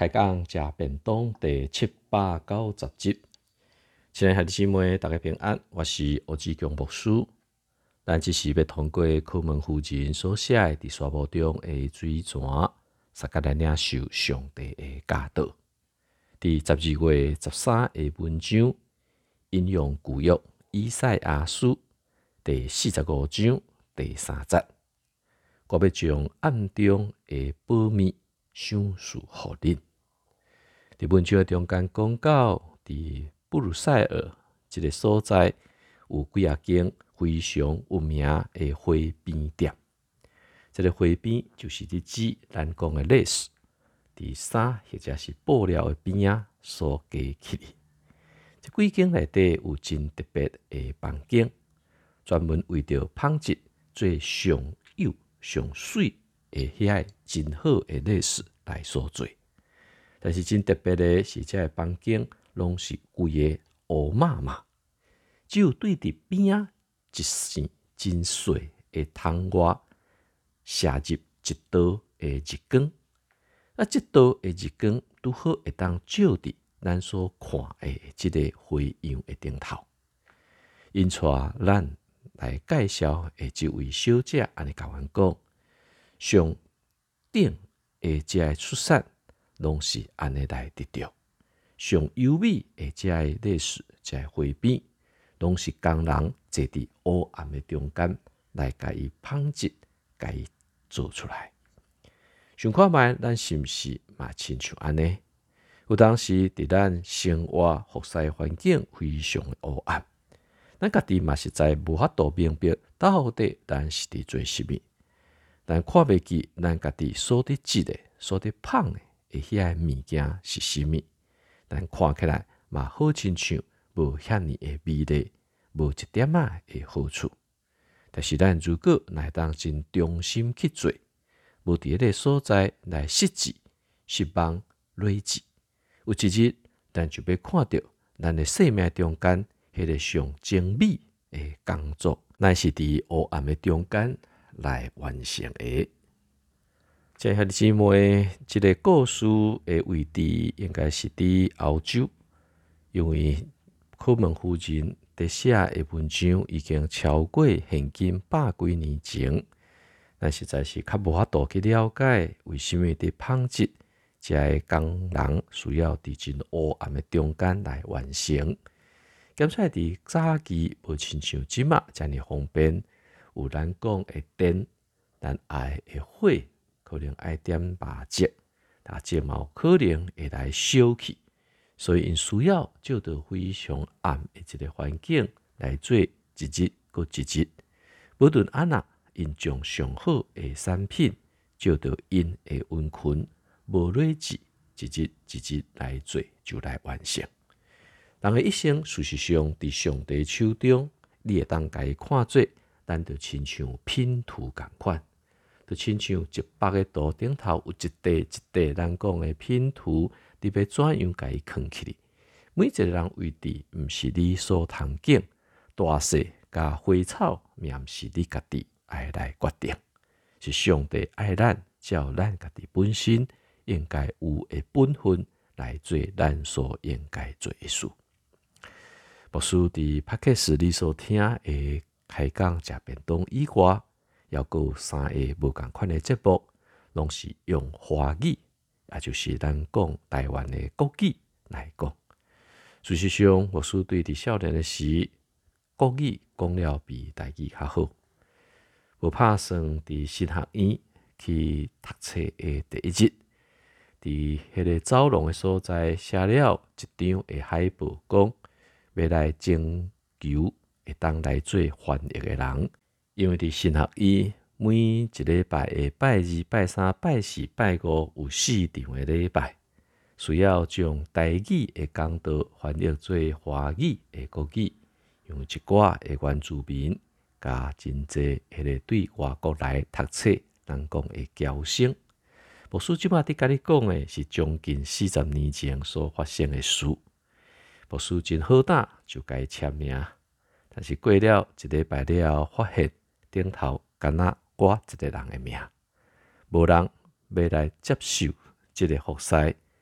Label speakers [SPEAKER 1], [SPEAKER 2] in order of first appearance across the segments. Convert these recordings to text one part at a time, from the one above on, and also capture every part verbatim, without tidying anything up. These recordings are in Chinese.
[SPEAKER 1] 开讲食便当第七百九十集。亲爱的兄弟姊妹，大家平安，我是欧志强牧师。咱即时要通过考门夫人所写的伫沙漠中的水泉，撒甲咱领受上帝的教导。伫十二月十三的文章，引用旧约以赛亚书第四十五章第三节，我要将暗中的保密赏赐互恁。伫文章的中间讲到，伫布鲁塞尔这个所在有几啊间非常有名的花边店。这个花边就是伫指咱讲的类似，伫衫或者是布料的边仔所加起的。这几间内底有真特别的房间，专门为着纺织最上幼上水的遐真好的类似来所做。但是真特别的是，这个房间拢是规个乌麻麻，只有对伫边啊一线真细的窗外射入一道的日光。啊，这道的日光拄好会当照伫咱所看的这个花样的顶头。因带咱来介绍的这位小姐，安尼甲阮讲，上顶的这个出产，拢是安尼来得到。上优美的这个历史，这个花边，拢是工人坐伫黑暗的中间来甲伊纺织，甲伊做出来。想看觅，咱是毋是嘛亲像安尼？有当时伫咱生活服侍环境非常的黑暗，咱家己嘛实在无法度明白到底咱是伫做甚物。但看袂记咱家己所伫织的、所伫纺的的遐个物件是甚物，但看起来嘛好亲像无遐尼的美丽，无一点仔的好处。但是咱如果来当真忠心去做，无伫迄个所在来实质、失望、累积，有一日咱就要看到咱的生命中间迄个上精美的工作，乃是伫黑暗的中间来完成的。这兄弟姊妹，这个故事的位置应该是伫欧洲，因为考门夫人伫写的文章已经超过现今百几年前，咱实在是较无法度去了解为什么伫纺织这个工人需要伫真黑暗的中间来完成。检出伫早期无亲像即马遮尔方便，有咱讲的电，咱爱的火，可能爱点麻烛，啊，这嘛有可能会来烧去，所以因需要照到非常暗的一个环境来做一日搁一日。无论安那，因将上好的产品照到因的温群，无累积，一日一日来做，就来完成。人的一生，事实上伫上帝手中，你会当家看做，咱就亲像拼图共款，就亲像一百个图顶头有一块一块咱讲的拼图，你要怎样家己藏起哩？每一个人位置，毋是你所通拣，大细甲花草，也毋是你家己爱来决定，是上帝爱咱，照咱家己本身应该有的本分来做咱所应该做的事。牧师伫帕克斯里所听的开讲食便当以外，还有三个无共款的节目，拢是用华语，也就是咱讲台湾的国语来讲。事实上，牧师对伫少年的时，国语讲了比台语较好。无拍算伫新学院去读册的第一日，伫迄个走廊的所在写了一张的海报，讲要来征求会当来做翻译的人，因为伫新学院每一礼拜的拜二、拜三、拜四、拜五有四场的礼拜，需要将台语的讲道翻译做华语的国语，用一寡的原住民加真济迄个对外国来读册，人讲的侨生。牧师即马伫甲你讲的是将近四十年前所发生的事。牧师真好胆就该签名，但是过了一礼拜了后，发现顶头敢若我一个人的名，无人要来接受这个服侍，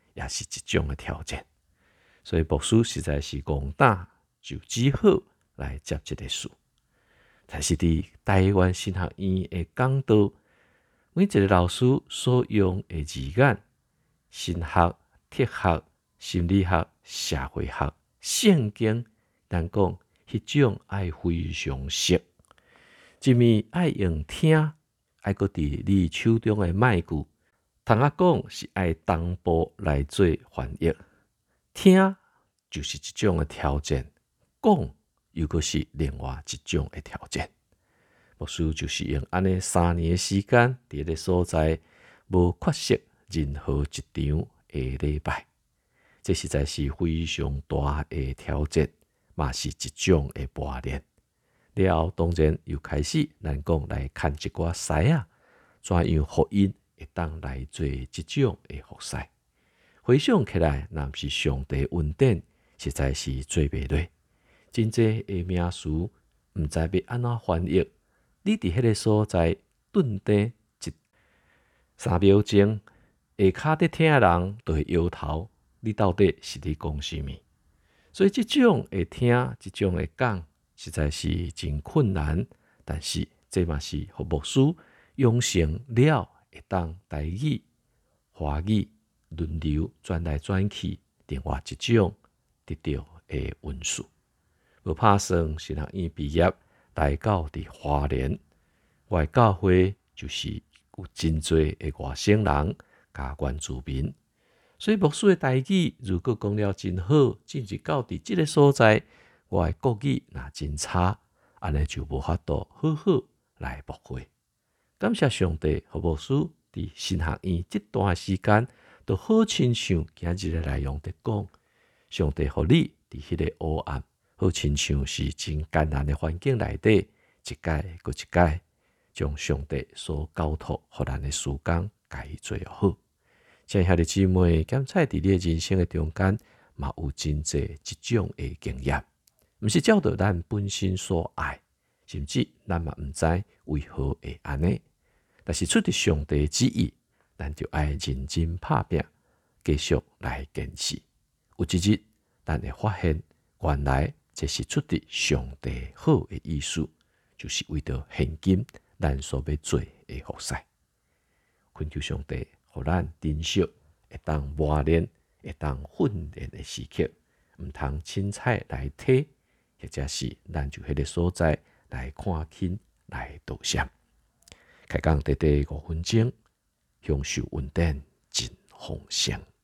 [SPEAKER 1] 也是一种的挑战。所以牧师实在是戆胆就只好来接这个事。但是伫台湾神学院的讲道，每一个老师所用的字眼，神学、哲学、心理学、社会学、圣经，咱讲迄种爱非常熟，一面爱用听，爱搁伫你手中的麦句，通啊讲是爱同步来做翻译。听就是一种的挑战，讲又搁是另外一种的挑战。牧师就是用安尼三年的时间，伫个所在无缺席任何一场的礼拜，这实在是非常大的挑战，嘛是一种的磨练。了后当然又开始咱讲来看一寡师啊，怎样福音会当来做即种的服侍。回想起来，若毋是上帝恩典，实在是做袂落。真济的名词，毋知要安怎翻译。你伫迄个所在顿地一三秒钟，下骹伫听的人就会摇头，你到底是伫讲什么？所以即种会听，即种会讲，实在是真困难。但是这嘛是互牧师养成了会当台语、华语轮流转来转去，另外一种得到的运数。无拍算神学院毕业。来到伫花莲，我的教会就是有真侪的外省人加原住民，所以牧师的台语如果讲了真好，进入到伫即个所在，我的国语若真差，安尼就无法度好好来牧会。感谢上帝，互牧师伫神学院这段时间，都好亲像今日的内容伫讲，上帝互你伫迄个黑暗。好亲像是真艰难的环境内底，一届搁一届，将上帝所交托互咱的时间，家己做好。亲爱的姊妹，检在伫你的人生的中间，嘛有真济即种的经验，毋是照着咱本身所爱，甚至咱嘛毋知为何会安尼。但是出于上帝的旨意，咱就爱认真拍拼，继续来坚持。有一日，咱会发现，原来。这是出自上帝好的意思，就是为着现今咱所要做的服侍。恳求上帝，互咱珍惜会当磨练、会当训练的时刻，毋通凊彩来体，或者是咱就迄个所在来看轻、来道歉。开讲短短五分钟，享受恩典真丰盛。